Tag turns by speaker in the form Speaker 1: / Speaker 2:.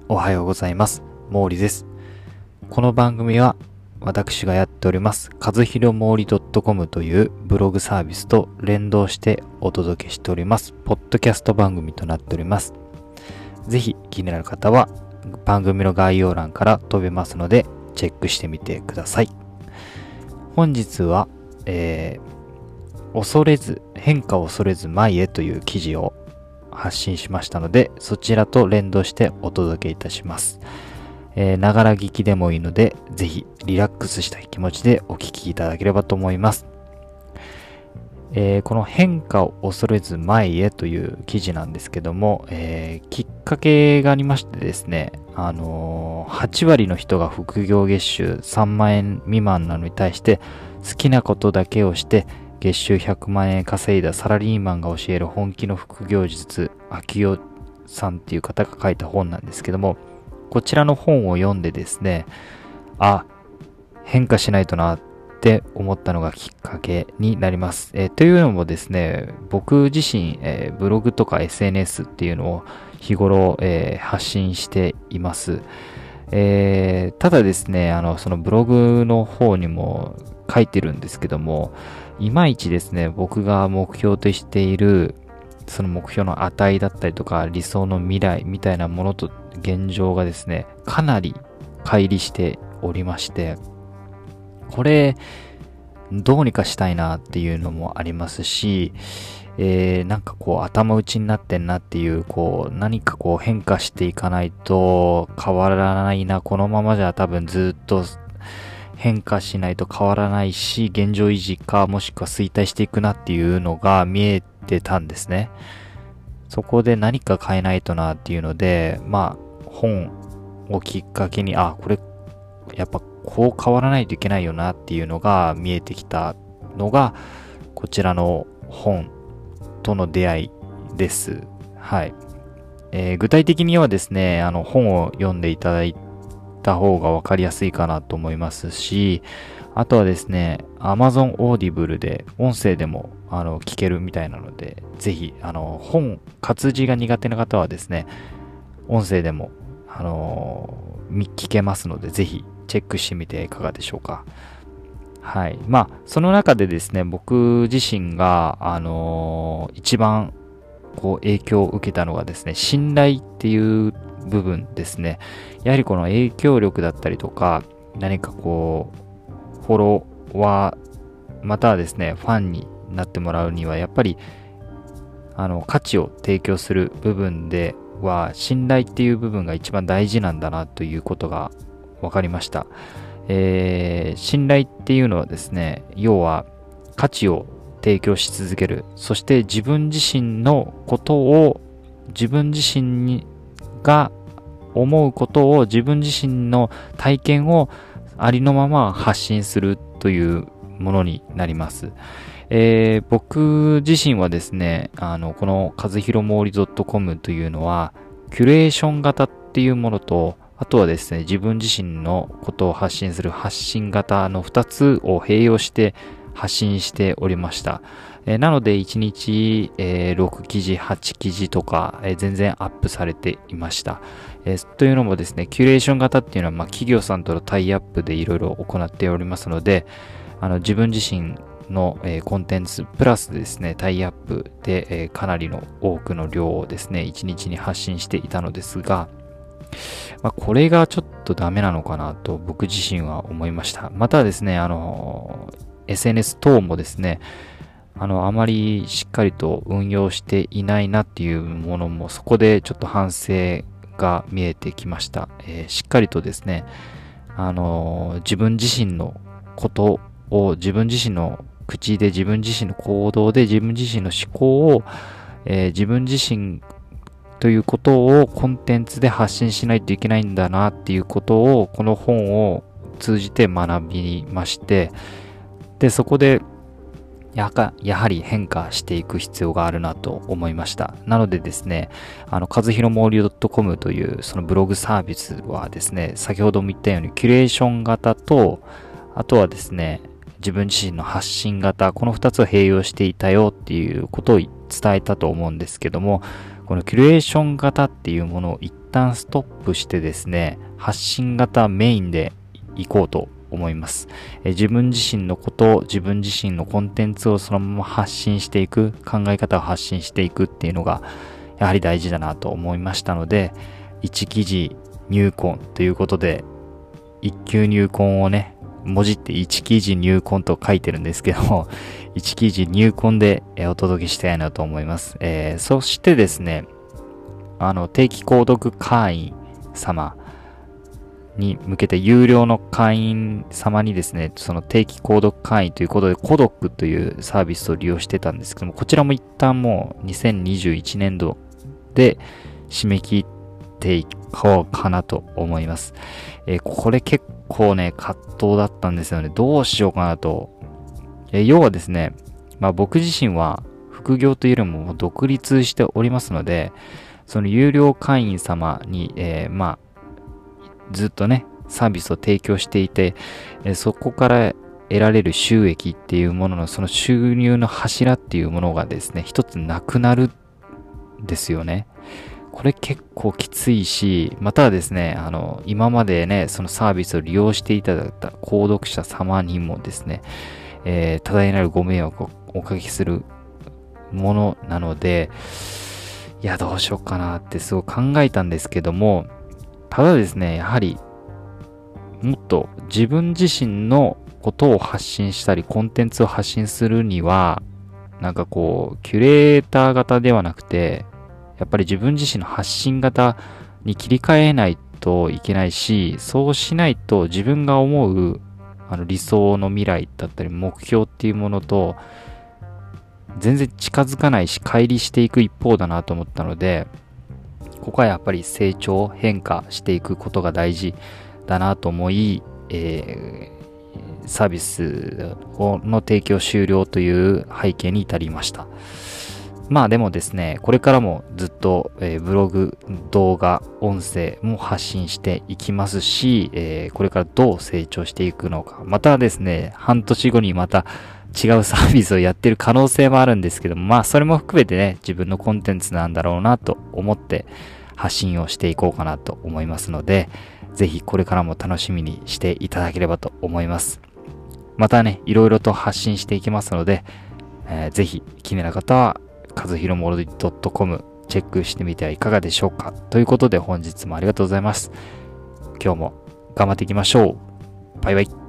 Speaker 1: おはようございます。毛利です。この番組は私がやっております和弘毛利 .com というブログサービスと連動してお届けしておりますポッドキャスト番組となっております。ぜひ気になる方は番組の概要欄から飛べますのでチェックしてみてください。本日は、変化を恐れず前へという記事を発信しましたので、そちらと連動してお届けいたします。ながら聞きでもいいので、ぜひリラックスした気持ちでお聞きいただければと思います。この変化を恐れず前へという記事なんですけども、きっかけがありましてですね、8割の人が副業月収3万円未満なのに対して好きなことだけをして月収100万円稼いだサラリーマンが教える本気の副業術、秋代さんっていう方が書いた本なんですけども、こちらの本を読んでですね、変化しないとなって思ったのがきっかけになります。というのもですね、僕自身、ブログとか SNS っていうのを日頃、発信しています。ただですね、そのブログの方にも書いてるんですけども、いまいちですね、僕が目標としているその目標の値だったりとか理想の未来みたいなものと現状がですね、かなり乖離しておりまして、これどうにかしたいなっていうのもありますし、なんかこう頭打ちになってんなっていう、何か変化していかないと変わらないな、このままじゃ多分ずっと変化しないと変わらないし、現状維持かもしくは衰退していくなっていうのが見えてたんですね。そこで何か変えないとなっていうので、本をきっかけに、これやっぱこう変わらないといけないよなっていうのが見えてきたのがこちらの本との出会いです。はい。具体的にはですね、本を読んでいただいた方がわかりやすいかなと思いますし、あとはですね、Amazon Audible で音声でも聞けるみたいなので、ぜひ活字が苦手な方はですね、音声でも聞けますので、ぜひチェックしてみていかがでしょうか。はい。その中でですね、僕自身が一番影響を受けたのがですね、信頼っていう部分ですね。やはりこの影響力だったりとか、何かフォロワー、またはですね、ファンになってもらうには、やっぱり、価値を提供する部分では、信頼っていう部分が一番大事なんだなということが分かりました。信頼っていうのはですね、要は価値を提供し続ける。そして自分自身のことを、自分自身が思うことを、自分自身の体験をありのまま発信するというものになります。僕自身はですね、この和弘毛利 .com というのは、キュレーション型っていうものと、あとはですね、自分自身のことを発信する発信型の2つを併用して発信しておりました。なので1日、6記事、8記事とか、全然アップされていました。というのもですね、キュレーション型っていうのは、企業さんとのタイアップでいろいろ行っておりますので、自分自身の、コンテンツプラスですね、タイアップで、かなりの多くの量をですね、1日に発信していたのですが、これがちょっとダメなのかなと僕自身は思いました。またですね、SNS 等もですね、あまりしっかりと運用していないなっていうものもそこでちょっと反省が見えてきました。しっかりとですね、自分自身のことを自分自身の口で、自分自身の行動で、自分自身の思考を、自分自身ということをコンテンツで発信しないといけないんだなっていうことをこの本を通じて学びまして、でそこでやはり変化していく必要があるなと思いました。なのでですね、和弘毛利 .com というそのブログサービスはですね、先ほども言ったようにキュレーション型と、あとはですね、自分自身の発信型、この2つを併用していたよっていうことを伝えたと思うんですけども、このキュレーション型っていうものを一旦ストップしてですね、発信型メインでいこうと思います。自分自身のことを、自分自身のコンテンツをそのまま発信していく、考え方を発信していくっていうのがやはり大事だなと思いましたので、1記事入魂ということで、1級入魂をね、文字って1記事入魂と書いてるんですけども、1記事入魂でお届けしたいなと思います。そしてですね、定期購読会員様に向けて有料の会員様にですね、その定期購読会員ということで、コドックというサービスを利用してたんですけども、こちらも一旦もう2021年度で締め切っていこうかなと思います。これ結構ね、葛藤だったんですよね。どうしようかなと。要はですね、僕自身は副業というよりも独立しておりますので、その有料会員様に、ずっとね、サービスを提供していて、そこから得られる収益っていうものの、その収入の柱っていうものがですね、一つなくなるんですよね。これ結構きついし、またはですね、今までね、そのサービスを利用していただいた購読者様にもですね、多大なるご迷惑をおかけするものなので、いや、どうしようかなってすごい考えたんですけども、ただですね、やはり、もっと自分自身のことを発信したり、コンテンツを発信するには、なんかこう、キュレーター型ではなくて、やっぱり自分自身の発信型に切り替えないといけないし、そうしないと自分が思う理想の未来だったり目標っていうものと全然近づかないし乖離していく一方だなと思ったので、ここはやっぱり成長変化していくことが大事だなと思い、サービスの提供終了という背景に至りました。でもですね、これからもずっと、ブログ、動画、音声も発信していきますし、これからどう成長していくのか、またですね、半年後にまた違うサービスをやってる可能性もあるんですけども、それも含めてね、自分のコンテンツなんだろうなと思って発信をしていこうかなと思いますので、ぜひこれからも楽しみにしていただければと思います。またね、いろいろと発信していきますので、ぜひ気になる方は和弘モル.com チェックしてみてはいかがでしょうか。ということで本日もありがとうございます。今日も頑張っていきましょう。バイバイ。